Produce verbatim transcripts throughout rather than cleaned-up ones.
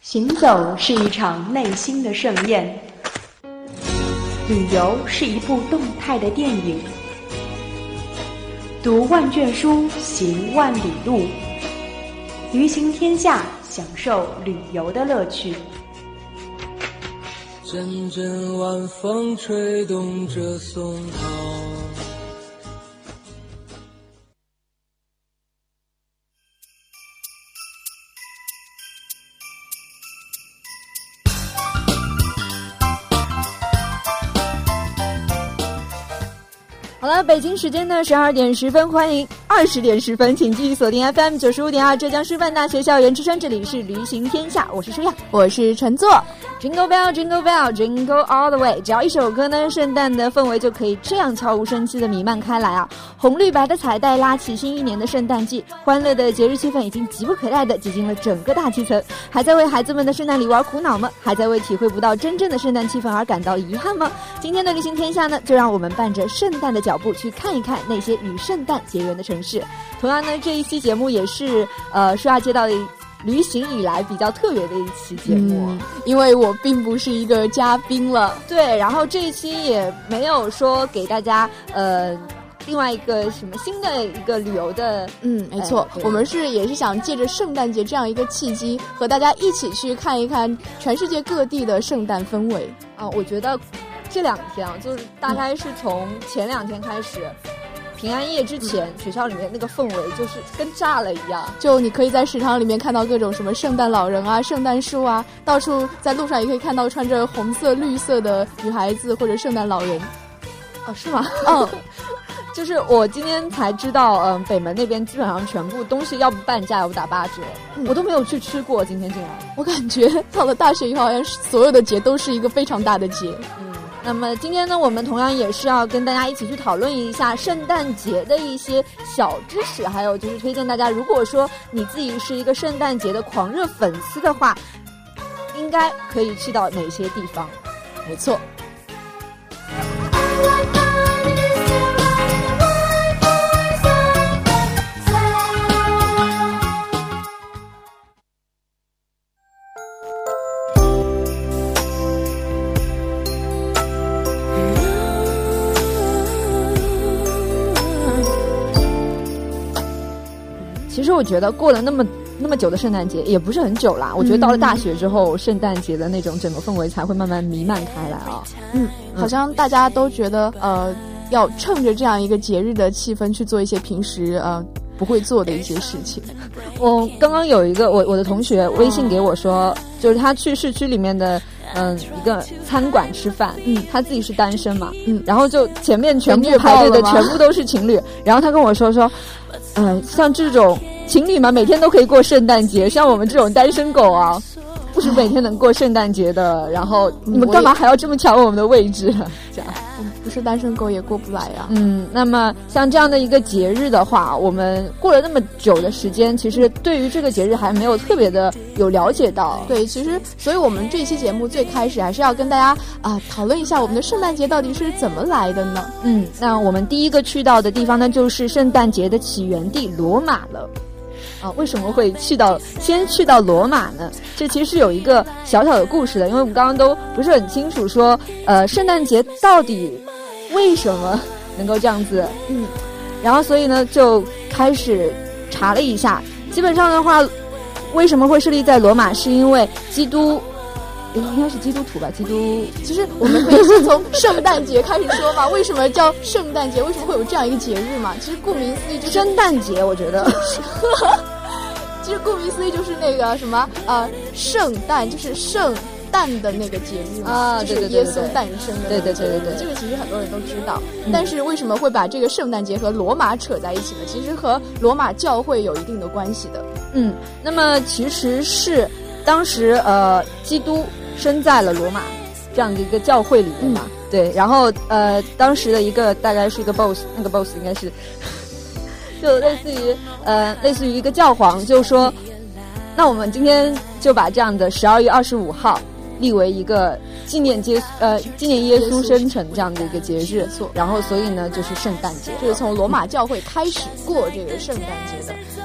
行走是一场内心的盛宴，旅游是一部动态的电影。读万卷书，行万里路，旅行天下，享受旅游的乐趣。 阵阵晚风吹动着松涛。 好了，北京时间的十二点十分，欢迎二十点十分，请继续锁定 F M 九十五点二浙江师范大学校园之声，这里是旅行天下，我是舒亚， 我是陈作。 Jingle bell, jingle bell, jingle all the way。只要一首歌呢，圣诞的氛围就可以这样悄无声息的弥漫开来啊！红绿白的彩带拉起新一年的圣诞季，欢乐的节日气氛已经急不可待的挤进了整个大气层。还在为孩子们的圣诞礼物而苦恼吗？还在为体会不到真正的圣诞气氛而感到遗憾吗？今天的旅行天下呢，就让我们伴着圣诞的脚步去看一看那些与圣诞结缘的城市。同样呢，这一期节目也是呃舒亚街道的旅行以来比较特别的一期节目、 嗯、因为我并不是一个嘉宾了， 对，然后这一期也没有说给大家呃另外一个什么新的一个旅游的， 嗯，没错、呃、我们是也是想借着圣诞节这样一个契机，和大家一起去看一看全世界各地的圣诞氛围啊。我觉得这两天啊，就是大概是从前两天开始、嗯平安夜之前、嗯、学校里面那个氛围就是跟炸了一样， 就你可以在食堂里面看到各种什么圣诞老人啊、圣诞树啊，到处在路上也可以看到穿着红色绿色的女孩子或者圣诞老人。 哦，是吗？ 嗯， 就是我今天才知道，嗯，北门那边基本上全部东西要不半价要不打八折、嗯、我都没有去吃过。今天进来我感觉到了大学以后好像所有的节都是一个非常大的节。 嗯，那么今天呢，我们同样也是要跟大家一起去讨论一下圣诞节的一些小知识，还有就是推荐大家，如果说你自己是一个圣诞节的狂热粉丝的话，应该可以去到哪些地方。 没错， 其实我觉得过了那么那么久的圣诞节也不是很久啦，我觉得到了大学之后、嗯、圣诞节的那种整个氛围才会慢慢弥漫开来啊。 嗯，好像大家都觉得呃要趁着这样一个节日的气氛去做一些平时呃不会做的一些事情。 我刚刚有一个我我的同学微信给我说、哦、就是他去市区里面的嗯一个餐馆吃饭，嗯，他自己是单身嘛，嗯，然后就前面全部排队的全部都是情侣，然后他跟我说说嗯、呃，像这种情侣嘛，每天都可以过圣诞节，像我们这种单身狗啊，不是每天能过圣诞节的。然后你们干嘛还要这么抢我们的位置？这样， 不是单身狗也过不来呀、啊。 嗯，那么像这样的一个节日的话，我们过了那么久的时间，其实对于这个节日还没有特别的有了解到。 对，其实，所以我们这期节目最开始还是要跟大家啊、呃、讨论一下我们的圣诞节到底是怎么来的呢？ 嗯，那我们第一个去到的地方呢，就是圣诞节的起源地罗马了。啊，为什么会去到先去到罗马呢？这其实是有一个小小的故事的，因为我们刚刚都不是很清楚说，呃，圣诞节到底为什么能够这样子，嗯，然后所以呢就开始查了一下，基本上的话，为什么会设立在罗马，是因为基督。应该是基督徒吧，基督。 其实我们可以先从圣诞节开始说吧。为什么叫圣诞节？为什么会有这样一个节日嘛？其实顾名思义就是圣诞节，我觉得。 其实顾名思义就是那个什么呃，圣诞就是圣诞的那个节日嘛， 啊， 就是耶稣诞生的。 对对对对对， 这个其实很多人都知道。嗯、但是为什么会把这个圣诞节和罗马扯在一起呢？其实和罗马教会有一定的关系的。 嗯，那么其实是当时呃，基督生在了罗马这样的一个教会里面嘛、嗯，对，然后呃，当时的一个大概是一个 boss， 那个 boss 应该是就类似于呃，类似于一个教皇，就说，那我们今天就把这样的十二月二十五号立为一个纪念耶呃纪念耶稣生辰这样的一个节日，然后所以呢就是圣诞节， 就是从罗马教会开始过这个圣诞节的。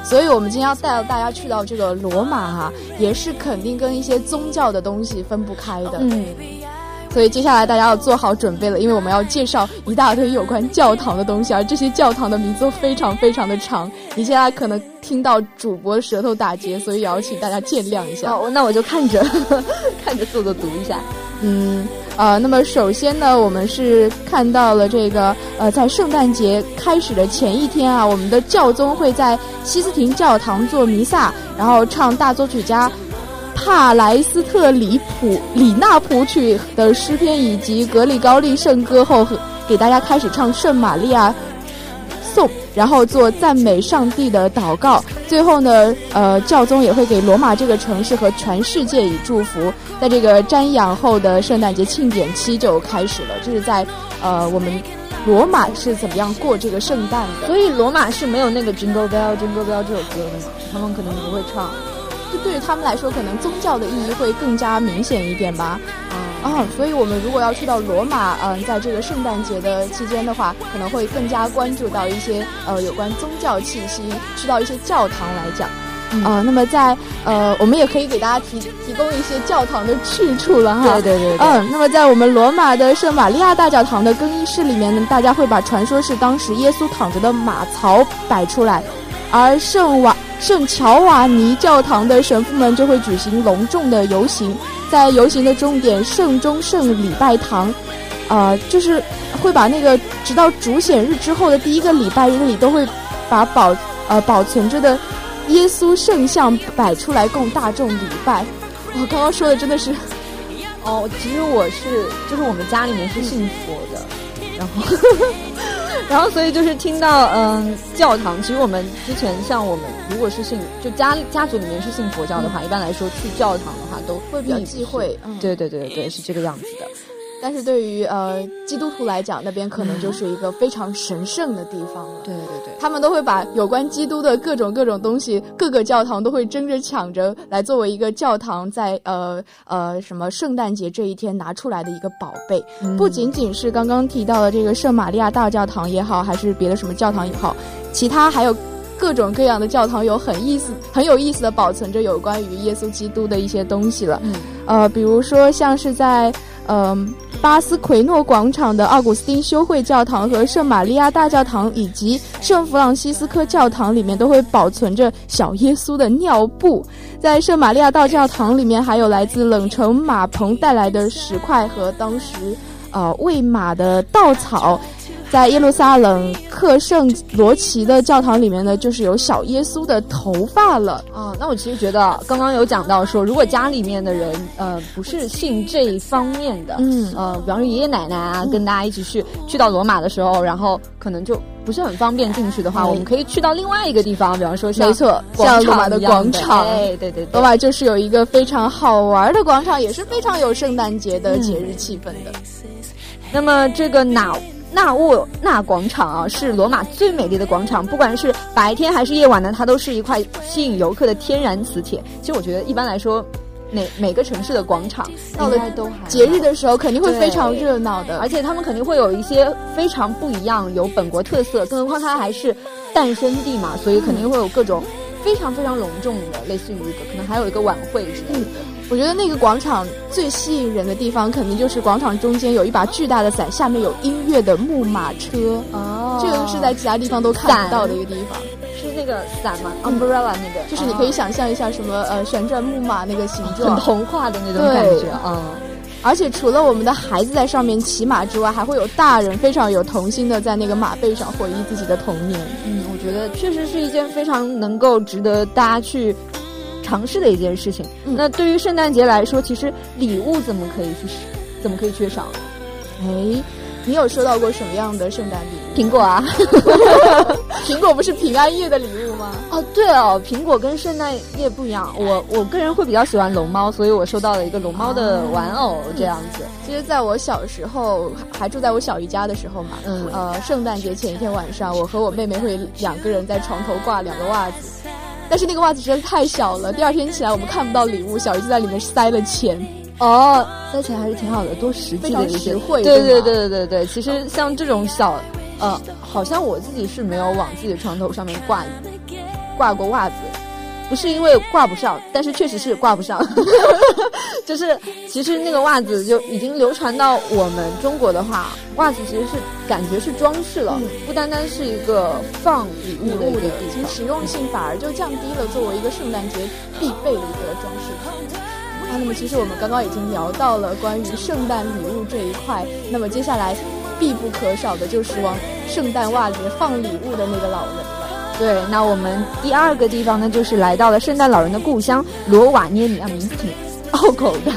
所以我们今天要带大家去到这个罗马啊，也是肯定跟一些宗教的东西分不开的。 嗯， 所以接下来大家要做好准备了，因为我们要介绍一大堆有关教堂的东西，而这些教堂的名字都非常非常的长，你现在可能听到主播舌头打结，所以也要请大家见谅一下。 哦，那我就看着看着做做读一下。 嗯，呃，那么首先呢，我们是看到了这个，呃，在圣诞节开始的前一天啊，我们的教宗会在西斯廷教堂做弥撒，然后唱大作曲家帕莱斯特里普里纳普曲的诗篇以及格里高利圣歌后，给大家开始唱圣玛利亚颂，然后做赞美上帝的祷告。最后呢，呃，教宗也会给罗马这个城市和全世界以祝福。在这个瞻仰后的圣诞节庆典期就开始了，这是在呃我们罗马是怎么样过这个圣诞的。 所以罗马是没有那个 Jingle Bell Jingle Bell 这首歌的嘛，他们可能不会唱。 就对于他们来说，可能宗教的意义会更加明显一点吧。嗯，哦，所以我们如果要去到罗马，嗯、呃，在这个圣诞节的期间的话，可能会更加关注到一些呃有关宗教气息，去到一些教堂来讲。嗯、呃，那么在呃，我们也可以给大家提提供一些教堂的去处了哈。 对对对对。 嗯，那么在我们罗马的圣玛利亚大教堂的更衣室里面呢，大家会把传说是当时耶稣躺着的马槽摆出来，而圣瓦圣乔瓦尼教堂的神父们就会举行隆重的游行，在游行的终点圣中圣礼拜堂，呃，就是会把那个直到主显日之后的第一个礼拜日里，都会把保呃保存着的耶稣圣像摆出来供大众礼拜。我、哦、刚刚说的真的是， 哦，其实我是就是我们家里面是信佛的，然后然后所以就是听到嗯教堂，其实我们之前像我们如果是信就家家族里面是信佛教的话，嗯、一般来说去教堂的话都会比较忌讳。嗯， 对对对对对，是这个样子的。 但是对于呃基督徒来讲，那边可能就是一个非常神圣的地方了。 对对对， 他们都会把有关基督的各种各种东西，各个教堂都会争着抢着来作为一个教堂在呃呃什么圣诞节这一天拿出来的一个宝贝。嗯、不仅仅是刚刚提到的这个圣玛利亚大教堂也好，还是别的什么教堂也好，其他还有各种各样的教堂有很意思很有意思的保存着有关于耶稣基督的一些东西了。嗯、呃，比如说像是在嗯。呃巴斯奎诺广场的奥古斯丁修会教堂和圣玛利亚大教堂以及圣弗朗西斯科教堂里面都会保存着小耶稣的尿布。在圣玛利亚大教堂里面还有来自冷城马棚带来的石块和当时呃喂马的稻草。在耶路撒冷克圣罗齐的教堂里面呢，就是有小耶稣的头发了。 啊、哦，那我其实觉得刚刚有讲到说，如果家里面的人呃不是信这一方面的，嗯呃，比方说爷爷奶奶啊，嗯、跟大家一起去去到罗马的时候，然后可能就不是很方便进去的话，嗯、我们可以去到另外一个地方，比方说像没错，像罗马的广场， 哎，对对对， 罗马就是有一个非常好玩的广场，也是非常有圣诞节的节日气氛的。 嗯、那么这个哪？纳沃纳广场啊，是罗马最美丽的广场，不管是白天还是夜晚呢，它都是一块吸引游客的天然磁铁。其实我觉得一般来说，每每个城市的广场到了节日的时候肯定会非常热闹的， 而且他们肯定会有一些非常不一样，有本国特色，更何况它还是诞生地嘛，所以肯定会有各种非常非常隆重的，类似于一个可能还有一个晚会之类的。嗯， 我觉得那个广场最吸引人的地方，肯定就是广场中间有一把巨大的伞，下面有音乐的木马车。哦，这个是在其他地方都看不到的一个地方。 是那个伞吗、嗯、？umbrella 那个， 就是你可以想象一下什么、哦、呃旋转木马那个形状， 很童话的那种感觉。嗯， 而且除了我们的孩子在上面骑马之外，还会有大人非常有童心的在那个马背上回忆自己的童年。 嗯，我觉得确实是一件非常能够值得大家去尝试的一件事情。嗯、那对于圣诞节来说，其实礼物怎么可以去怎么可以缺少呢？ 哎，你有收到过什么样的圣诞礼物？ 苹果啊。 苹果不是平安夜的礼物吗？ 哦，对哦，苹果跟圣诞夜不一样。我我个人会比较喜欢龙猫，所以我收到了一个龙猫的玩偶、哦、这样子。 其实在我小时候还住在我小姨家的时候嘛，嗯，呃，圣诞节前一天晚上，我和我妹妹会两个人在床头挂两个袜子，但是那个袜子实在太小了，第二天起来我们看不到礼物，小姨就在里面塞了钱。 哦，塞钱还是挺好的，多实际的一些， 非常实惠。 对对对对对对，其实像这种小，呃，好像我自己是没有往自己的床头上面挂挂过袜子，不是因为挂不上，但是确实是挂不上。就是其实那个袜子就已经流传到我们中国的话，袜子其实是感觉是装饰了，嗯、不单单是一个放礼物的一个地方， 其实实用性反而就降低了作为一个圣诞节必备的一个装饰品。啊，那么其实我们刚刚已经聊到了关于圣诞礼物这一块，那么接下来必不可少的就是往圣诞袜里面放礼物的那个老人了。 对，那我们第二个地方呢，就是来到了圣诞老人的故乡罗瓦涅米啊，名字挺拗口的。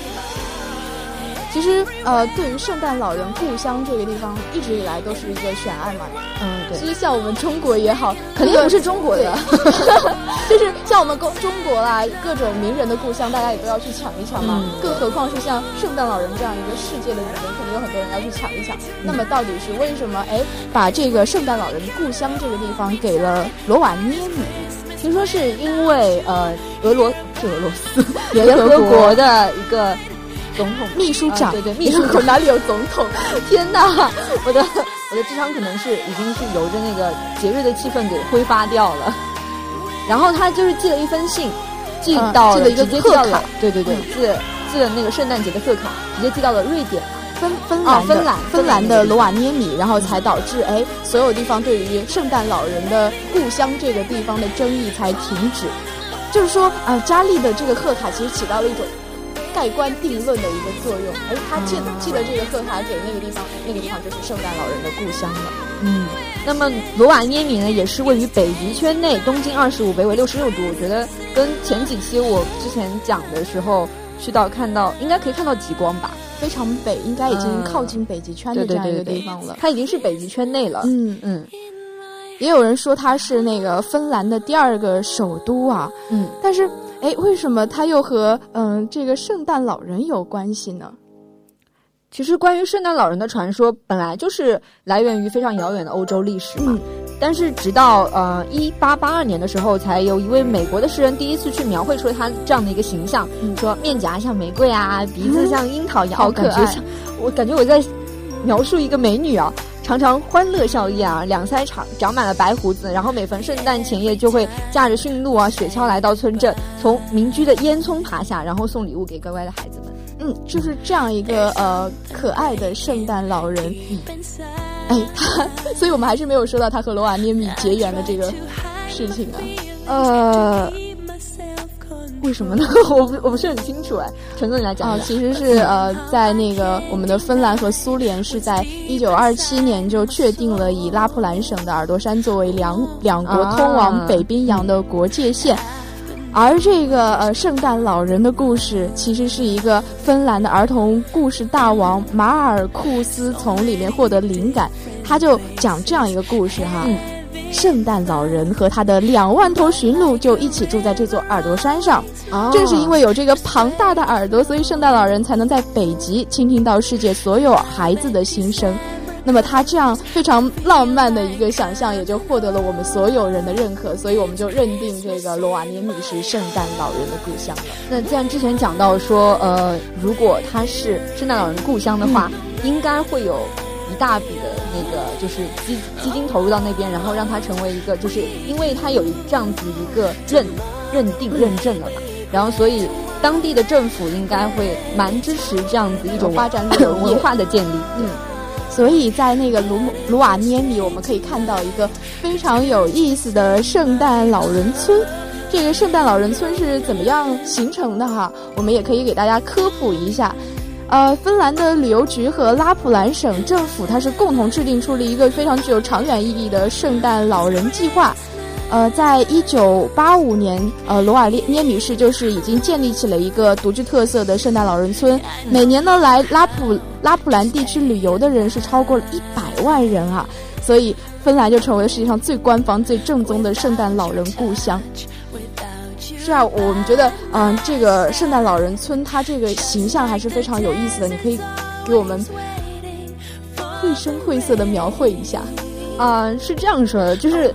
其实呃，对于圣诞老人故乡这个地方，一直以来都是一个悬案嘛。 嗯，对。 其实像我们中国也好， 肯定不是中国的， 就是像我们中国啦，各种名人的故乡，大家也都要去抢一抢嘛。嗯、更何况是像圣诞老人这样一个世界的名人，肯定有很多人要去抢一抢。嗯、那么到底是为什么？哎，把这个圣诞老人故乡这个地方给了罗瓦涅米？ 听说是因为呃，俄罗是俄罗斯联合国的一个。总统秘书长、 啊、对对，秘书长哪里有总统？ 天哪，我的我的智商可能是已经是由着那个节日的气氛给挥发掉了。然后他就是寄了一封信，寄到了、 嗯、寄了一个贺卡， 对对对，嗯、寄了寄了那个圣诞节的贺卡，直接寄到了瑞典。 芬芬兰、 哦、芬兰芬兰的罗瓦涅米，然后才导致哎，所有地方对于圣诞老人的故乡这个地方的争议才停止。就是说，呃，佳丽的这个贺卡其实起到了一种盖棺定论的一个作用，而他寄的寄的这个贺卡给那个地方，那个地方就是圣诞老人的故乡了。 嗯，那么罗瓦涅米呢，也是位于北极圈内，东经二十五，北纬六十六度。我觉得跟前几期我之前讲的时候去到看到，应该可以看到极光吧。 非常北，应该已经靠近北极圈的这样一个地方了。 嗯、对对对对，它已经是北极圈内了。 嗯嗯。 也有人说它是那个芬兰的第二个首都啊。 嗯， 但是哎，为什么它又和嗯、呃、这个圣诞老人有关系呢？ 其实关于圣诞老人的传说本来就是来源于非常遥远的欧洲历史嘛。嗯，但是直到呃一八八二年的时候，才有一位美国的诗人第一次去描绘出了他这样的一个形象，嗯、说面颊像玫瑰啊，鼻子像樱桃一样， 好可爱。 我感觉我在描述一个美女啊。常常欢乐笑靥啊，两腮长长满了白胡子，然后每逢圣诞前夜就会驾着驯鹿啊、雪橇来到村镇，从民居的烟囱爬下，然后送礼物给乖乖的孩子们。 嗯，就是这样一个呃可爱的圣诞老人。嗯，哎，他，所以我们还是没有说到他和罗瓦涅米结缘的这个事情啊。 呃。为什么呢？我不我不是很清楚哎，陈总你来讲啊，其实是呃，在那个我们的芬兰和苏联是在一九二七年就确定了以拉普兰省的耳朵山作为两两国通往北冰洋的国界线，啊、而这个呃圣诞老人的故事其实是一个芬兰的儿童故事大王马尔库斯从里面获得灵感，他就讲这样一个故事哈。嗯，圣诞老人和他的两万头驯鹿就一起住在这座耳朵山上。哦，正是因为有这个庞大的耳朵，所以圣诞老人才能在北极倾听到世界所有孩子的心声。那么他这样非常浪漫的一个想象，也就获得了我们所有人的认可，所以我们就认定这个罗瓦涅米是圣诞老人的故乡了。 那既然之前讲到说，呃，如果他是圣诞老人故乡的话，嗯、应该会有一大笔的那个就是基基金投入到那边，然后让它成为一个，就是因为它有这样子一个认认定认证了嘛，然后所以当地的政府应该会蛮支持这样子一种发展旅游文化的建立。 嗯，所以在那个卢卢瓦涅米，我们可以看到一个非常有意思的圣诞老人村。这个圣诞老人村是怎么样形成的哈？我们也可以给大家科普一下。呃，芬兰的旅游局和拉普兰省政府，它是共同制定出了一个非常具有长远意义的圣诞老人计划。呃，在一九八五年，呃，罗瓦涅米市就是已经建立起了一个独具特色的圣诞老人村。每年呢，来拉普拉普兰地区旅游的人是超过了一百万人啊，所以芬兰就成为了世界上最官方、最正宗的圣诞老人故乡。是啊，我们觉得，嗯、呃，这个圣诞老人村它这个形象还是非常有意思的，你可以给我们绘声绘色的描绘一下。 啊、呃，是这样说的，就是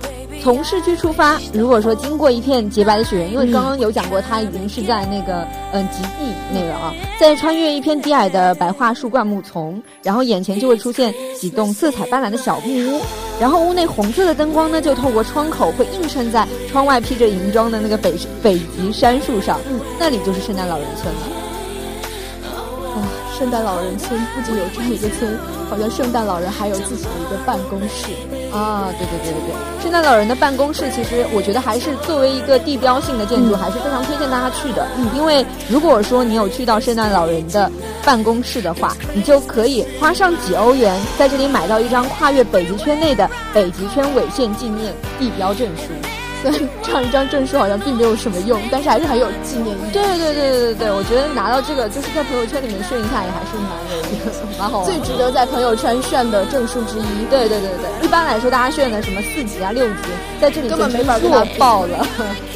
从市区出发，如果说经过一片洁白的雪原，因为刚刚有讲过，它已经是在那个嗯极地那个啊，再穿越一片低矮的白桦树灌木丛，然后眼前就会出现几栋色彩斑斓的小木屋，然后屋内红色的灯光呢，就透过窗口会映衬在窗外披着银装的那个北北极杉树上，嗯，那里就是圣诞老人村了。 啊，圣诞老人村不仅有这样一个村，好像圣诞老人还有自己的一个办公室啊！对对对对对，圣诞老人的办公室，其实我觉得还是作为一个地标性的建筑，嗯、还是非常推荐大家去的。嗯，因为如果说你有去到圣诞老人的办公室的话，你就可以花上几欧元，在这里买到一张跨越北极圈内的北极圈纬线纪念地标证书。 这样一张证书好像并没有什么用，但是还是很有纪念意义。 对对对对对对，我觉得拿到这个就是在朋友圈里面炫一下，也还是蛮有一个蛮好玩， 最值得在朋友圈炫的证书之一。 对对对对，一般来说大家炫的什么四级啊六级，在这里根本没法跟他爆了。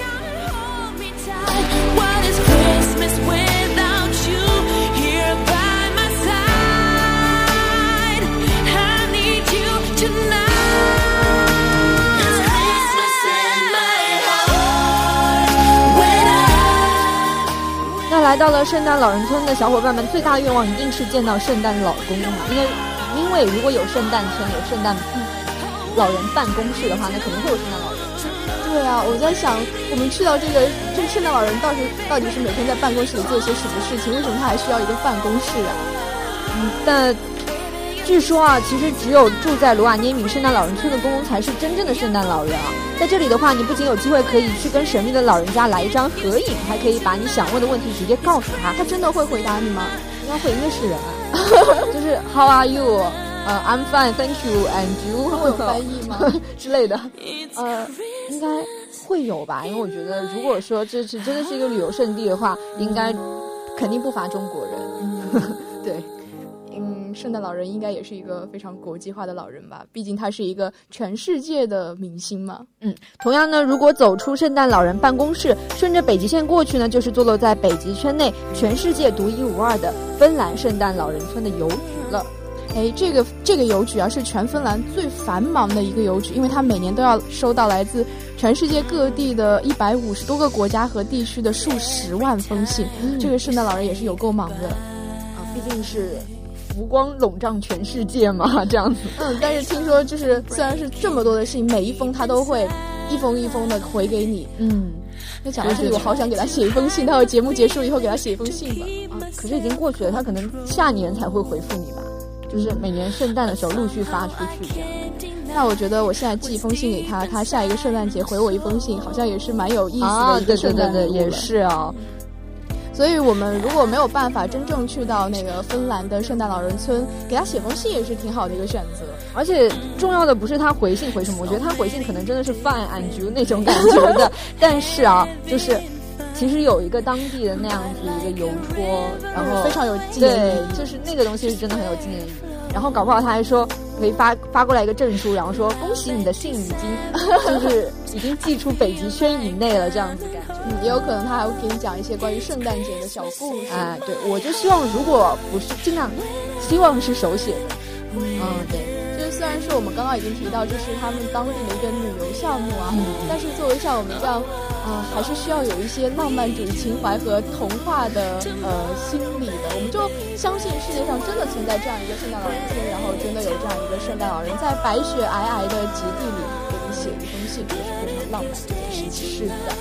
那来到了圣诞老人村的小伙伴们，最大愿望一定是见到圣诞老公公嘛，因为因为如果有圣诞村有圣诞老人办公室的话，那肯定会有圣诞老人。 对啊，我在想我们去到这个这个圣诞老人到底到底是每天在办公室里做些什么事情，为什么他还需要一个办公室啊？ 嗯，但据说啊，其实只有住在罗瓦涅米圣诞老人村的公公才是真正的圣诞老人啊。在这里的话，你不仅有机会可以去跟神秘的老人家来一张合影，还可以把你想问的问题直接告诉他， 他真的会回答你吗？ 应该会，应该是人啊。就是 How are you？ 呃、uh, ，I'm fine, thank you, and you？ 会有翻译吗之类的？呃，应该会有吧，因为我觉得如果说这是真的是一个旅游胜地的话，应该肯定不乏中国人。 嗯、对。嗯，圣诞老人应该也是一个非常国际化的老人吧，毕竟他是一个全世界的明星嘛。 嗯，同样呢，如果走出圣诞老人办公室，顺着北极线过去呢，就是坐落在北极圈内全世界独一无二的芬兰圣诞老人村的邮局了。 哎，这个这个邮局啊，是全芬兰最繁忙的一个邮局，因为它每年都要收到来自全世界各地的一百五十多个国家和地区的数十万封信。嗯、这个圣诞老人也是有够忙的啊，毕竟是福光笼罩全世界嘛，这样子。 嗯，但是听说就是虽然是这么多的信，每一封他都会一封一封的回给你。 嗯， 那讲到这里，我好想给他写一封信，到节目结束以后给他写一封信吧。 啊，可是已经过去了，他可能下年才会回复你吧，就是每年圣诞的时候陆续发出去这样。 那我觉得我现在寄一封信给他，他下一个圣诞节回我一封信，好像也是蛮有意思的一个圣诞礼物。 啊，对对对对，也是啊。 所以我们如果没有办法真正去到那个芬兰的圣诞老人村，给他写封信也是挺好的一个选择。 而且重要的不是他回信回什么，我觉得他回信可能真的是 fine and you 那种感觉的。但是啊，就是其实有一个当地的那样子一个邮戳，然后非常有纪念意义， 对，就是那个东西是真的很有纪念意义。然后搞不好他还说可以发发过来一个证书，然后说恭喜你的信已经就是已经寄出北极圈以内了，这样子感觉。 嗯，也有可能他还会给你讲一些关于圣诞节的小故事。 哎，对，我就希望如果不是尽量希望是手写的。 嗯，嗯对。就是虽然是我们刚刚已经提到这是他们当地的一个旅游项目啊，嗯、但是作为像我们这样啊、呃，还是需要有一些浪漫主义情怀和童话的呃心理的。我们就相信世界上真的存在这样一个圣诞老人村，然后真的有这样一个圣诞老人在白雪皑皑的极地里给你写一封信，也是非常浪漫的一件事情。是的。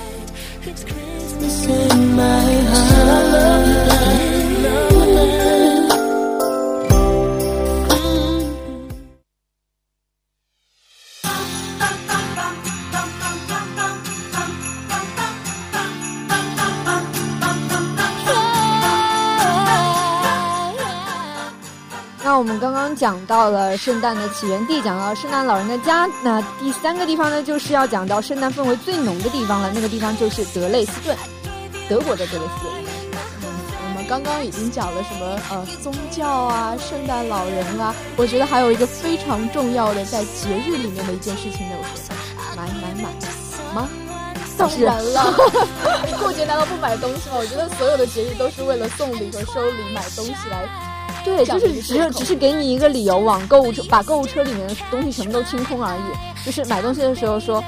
那我们刚刚讲到了圣诞的起源地，讲到圣诞老人的家，那第三个地方呢，就是要讲到圣诞氛围最浓的地方了，那个地方就是德累斯顿，德国的德累斯顿。 嗯，我们刚刚已经讲了什么呃宗教啊，圣诞老人啊，我觉得还有一个非常重要的在节日里面的一件事情没有说，买买买吗？当然了，你过节难道不买东西吗？我觉得所有的节日都是为了送礼和收礼买东西来。 对，就是只有只是给你一个理由往购物车把购物车里面的东西全部都清空而已。就是买东西的时候说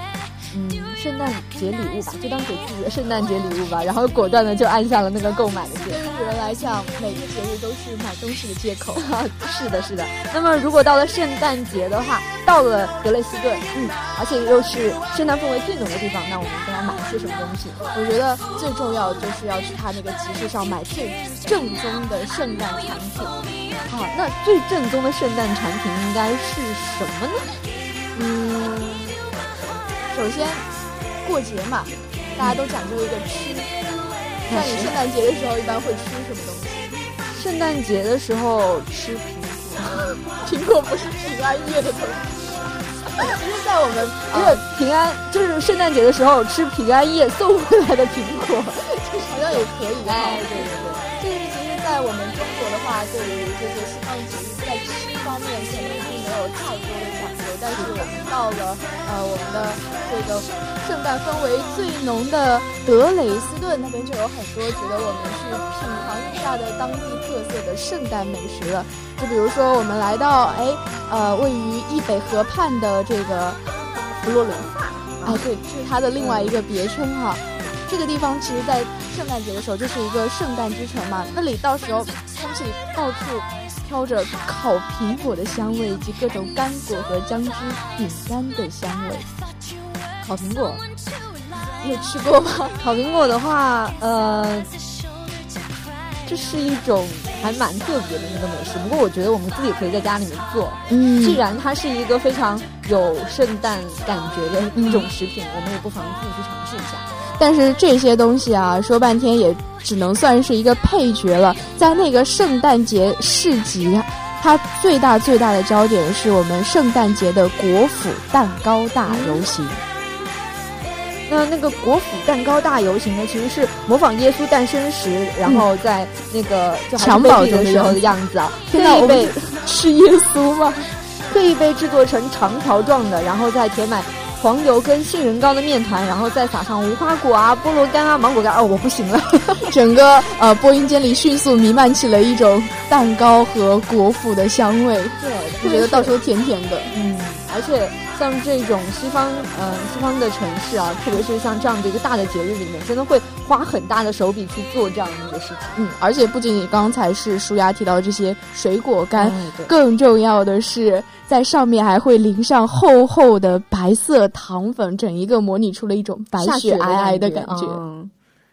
嗯，圣诞节礼物吧，就当给自己的圣诞节礼物吧，然后果断的就按下了那个购买的键。 对于女人来讲，每个节日都是买东西的借口。 是的，是的。那么如果到了圣诞节的话，到了格雷斯顿，嗯，而且又是圣诞氛围最浓的地方，那我们应该买些什么东西？ 我觉得最重要就是要去他那个集市上买最正宗的圣诞产品。 好，那最正宗的圣诞产品应该是什么呢？ 嗯，首先过节嘛，大家都讲究一个吃。那、嗯、你圣诞节的时候一般会吃什么东西？ 圣诞节的时候吃苹果， 苹果不是平安夜的东西。其实，在我们不是、呃、平安，就是圣诞节的时候吃平安夜送回来的苹果， 好像也可以。 哎，对对对。 就是其实，在我们中国的话，对于这些西方节日，在吃方面可能并没有太多的讲究，但是我们到了呃我们的这个圣诞氛围最浓的德累斯顿那边，就有很多值得我们去品尝一下的当地特色的圣诞美食了。就比如说，我们来到哎呃位于易北河畔的这个佛罗伦萨，哎对，这是它的另外一个别称哈。这个地方其实在圣诞节的时候就是一个圣诞之城嘛，那里到时候空气里到处飘着烤苹果的香味，以及各种干果和姜汁饼干的香味。 烤苹果你有吃过吗？ 烤苹果的话呃这是一种还蛮特别的一个美食，不过我觉得我们自己可以在家里面做。 嗯， 既然它是一个非常有圣诞感觉的一种食品，嗯、我们也不妨自己去尝试一下。 但是这些东西啊，说半天也只能算是一个配角了。在那个圣诞节市集，它最大最大的焦点是我们圣诞节的国府蛋糕大游行。 那那个国府蛋糕大游行呢，其实是模仿耶稣诞生时，然后在那个襁褓的时候的样子啊。 现在我们吃耶稣吗？ 可以被制作成长条状的，然后再填满黄油跟杏仁糕的面团，然后再撒上无花果啊、菠萝干啊、芒果干。哦，我不行了， 整个呃播音间里迅速弥漫起了一种蛋糕和果脯的香味。 对， 我觉得到时候甜甜的。 嗯，而且像这种西方呃西方的城市啊，特别是像这样的一个大的节日里面，真的会花很大的手笔去做这样的一个事情。 嗯，而且不仅仅刚才是舒雅提到的这些水果干， 嗯、 更重要的是在上面还会淋上厚厚的白色糖粉，整一个模拟出了一种白雪皑皑的感觉。 嗯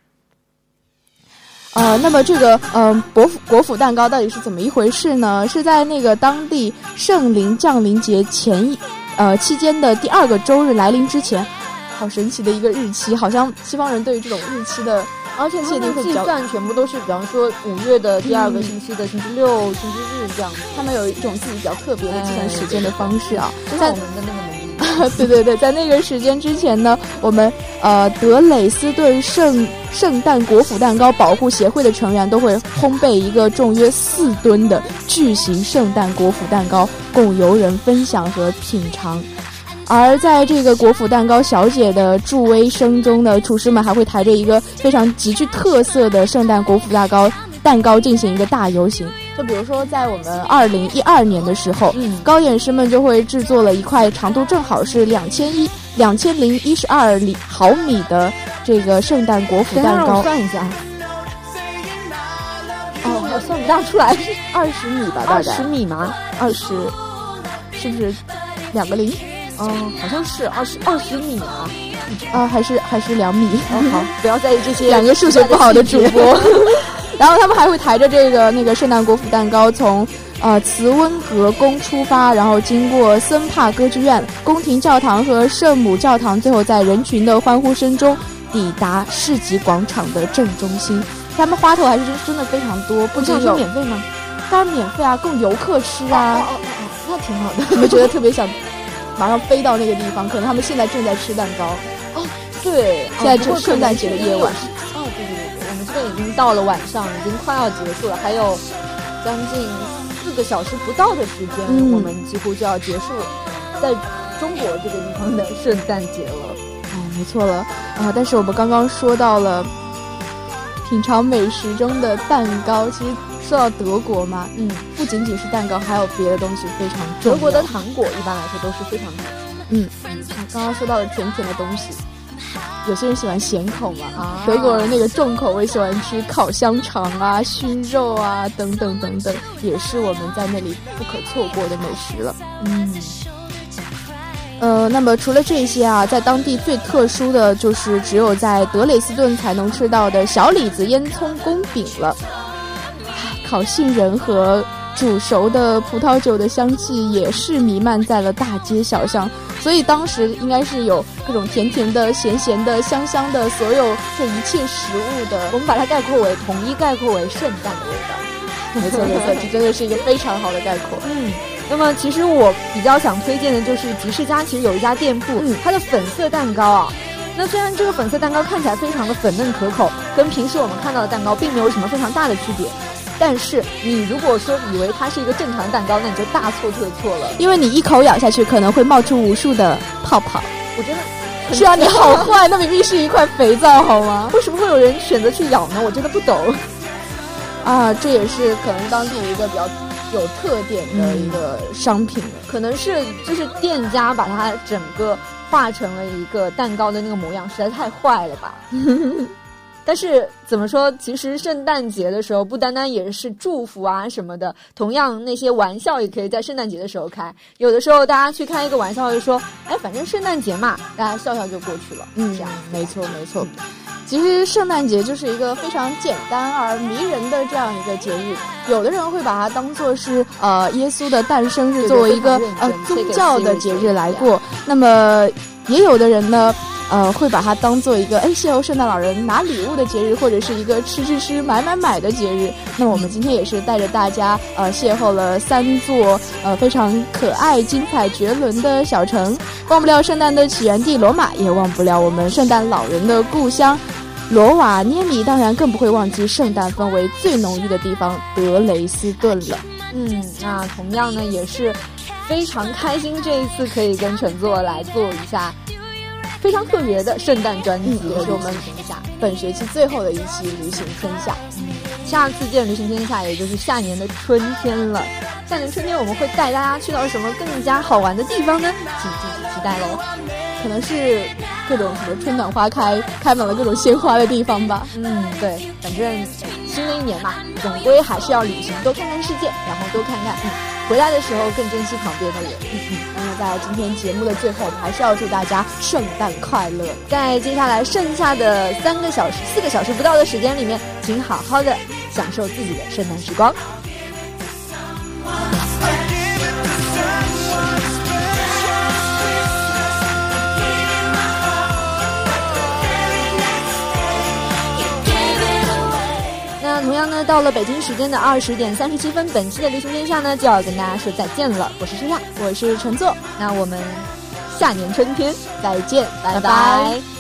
呃，那么这个呃国府国府蛋糕到底是怎么一回事呢？是在那个当地圣灵降临节前一呃期间的第二个周日来临之前，好神奇的一个日期，好像西方人对于这种日期的而且界定会比较计算全部都是比方说五月的第二个星期的星期六、嗯、星期日这样子， 他们有一种自己比较特别的计算时间的方式啊， 就像我们的那个能力。 对对对，在那个时间之前呢，我们呃德累斯顿圣圣诞国府蛋糕保护协会的成员都会烘焙一个重约四吨的巨型圣诞国府蛋糕，供游人分享和品尝。而在这个国府蛋糕小姐的助威声中呢，厨师们还会抬着一个非常极具特色的圣诞国府蛋糕蛋糕进行一个大游行。就比如说在我们二零一二年的时候，嗯，糕点师们就会制作了一块长度正好是两千一两千零一十二毫米的这个圣诞国府蛋糕。 我算一下，哦，我算不大出来，是二十米吧，大概二十米吗？ 二十，是不是两个零？ 嗯，好像是二十二十米啊， 啊，还是还是两米？ 哦，好，不要在意这些两个数学不好的主播。然后他们还会抬着这个那个圣诞国府蛋糕从呃茨温格宫出发，然后经过森帕歌剧院、宫廷教堂和圣母教堂，最后在人群的欢呼声中抵达市集广场的正中心。他们花头还是真真的非常多，不仅有免费吗？ 当然免费啊，供游客吃啊。 哦哦哦哦，那挺好的。 你们觉得特别想马上飞到那个地方？可能他们现在正在吃蛋糕。 哦，对， 现在是圣诞节的夜晚。 哦，对对对对，我们这边已经到了晚上，已经快要结束了，还有将近四个小时不到的时间，嗯、我们几乎就要结束在中国这个地方的圣诞节了。 哎，没错了啊！但是我们刚刚说到了品尝美食中的蛋糕，其实说到德国嘛，嗯，不仅仅是蛋糕，还有别的东西非常重要。 德国的糖果一般来说都是非常好吃的。 嗯，刚刚说到的甜甜的东西，有些人喜欢咸口嘛，啊，德国人那个重口味喜欢吃烤香肠啊、熏肉啊等等等等，也是我们在那里不可错过的美食了。 嗯。 呃，那么除了这些啊，在当地最特殊的就是只有在德累斯顿才能吃到的小李子烟囱宫饼了。烤杏仁和煮熟的葡萄酒的香气也是弥漫在了大街小巷，所以当时应该是有各种甜甜的、咸咸的、香香的，所有这一切食物的， 我们把它概括为统一概括为圣诞的味道。 没错没错，这真的是一个非常好的概括。 嗯。那么其实我比较想推荐的就是集市家，其实有一家店铺，嗯，它的粉色蛋糕啊，那虽然这个粉色蛋糕看起来非常的粉嫩可口，跟平时我们看到的蛋糕并没有什么非常大的区别，但是你如果说以为它是一个正常的蛋糕，那你就大错特错了， 因为你一口咬下去可能会冒出无数的泡泡。 我真的是啊，你好坏，那明明是一块肥皂好吗？ 为什么会有人选择去咬呢？我真的不懂啊，这也是可能当地一个比较有特点的一个商品了， 嗯，可能是就是店家把它整个画成了一个蛋糕的那个模样，实在太坏了吧。但是怎么说，其实圣诞节的时候不单单也是祝福啊什么的，同样那些玩笑也可以在圣诞节的时候开。有的时候大家去开一个玩笑就说，哎，反正圣诞节嘛，大家笑笑就过去了。 嗯，这样没错没错。其实圣诞节就是一个非常简单而迷人的这样一个节日，有的人会把它当作是呃耶稣的诞生日，作为一个呃宗教的节日来过。那么也有的人呢呃会把它当做一个哎邂逅圣诞老人拿礼物的节日，或者是一个吃吃吃买买买的节日。那我们今天也是带着大家呃邂逅了三座呃非常可爱精彩绝伦的小城，忘不了圣诞的起源地罗马，也忘不了我们圣诞老人的故乡罗瓦涅米，当然更不会忘记圣诞氛围最浓郁的地方德累斯顿了。 嗯，那同样呢也是非常开心，这一次可以跟陈作来做一下非常特别的圣诞专辑， 也是我们本学期最后的一期旅行天下。 嗯，下次见旅行天下，也就是下年的春天了。下年春天我们会带大家去到什么更加好玩的地方呢？请敬请期待喽。 可能是各种什么春暖花开，开满了各种鲜花的地方吧。 嗯，对，反正新的一年嘛，总归还是要旅行，多看看世界，然后多看看，嗯，回来的时候更珍惜旁边的人。 嗯嗯。那么在今天节目的最后，我们还是要祝大家圣诞快乐。 在接下来剩下的三个小时、四个小时不到的时间里面，请好好的享受自己的圣诞时光。那同样呢，到了北京时间的二十点三十七分，本期的旅行天下呢就要跟大家说再见了。我是盛亚， 我是陈作， 那我们下年春天再见，拜拜。 拜拜。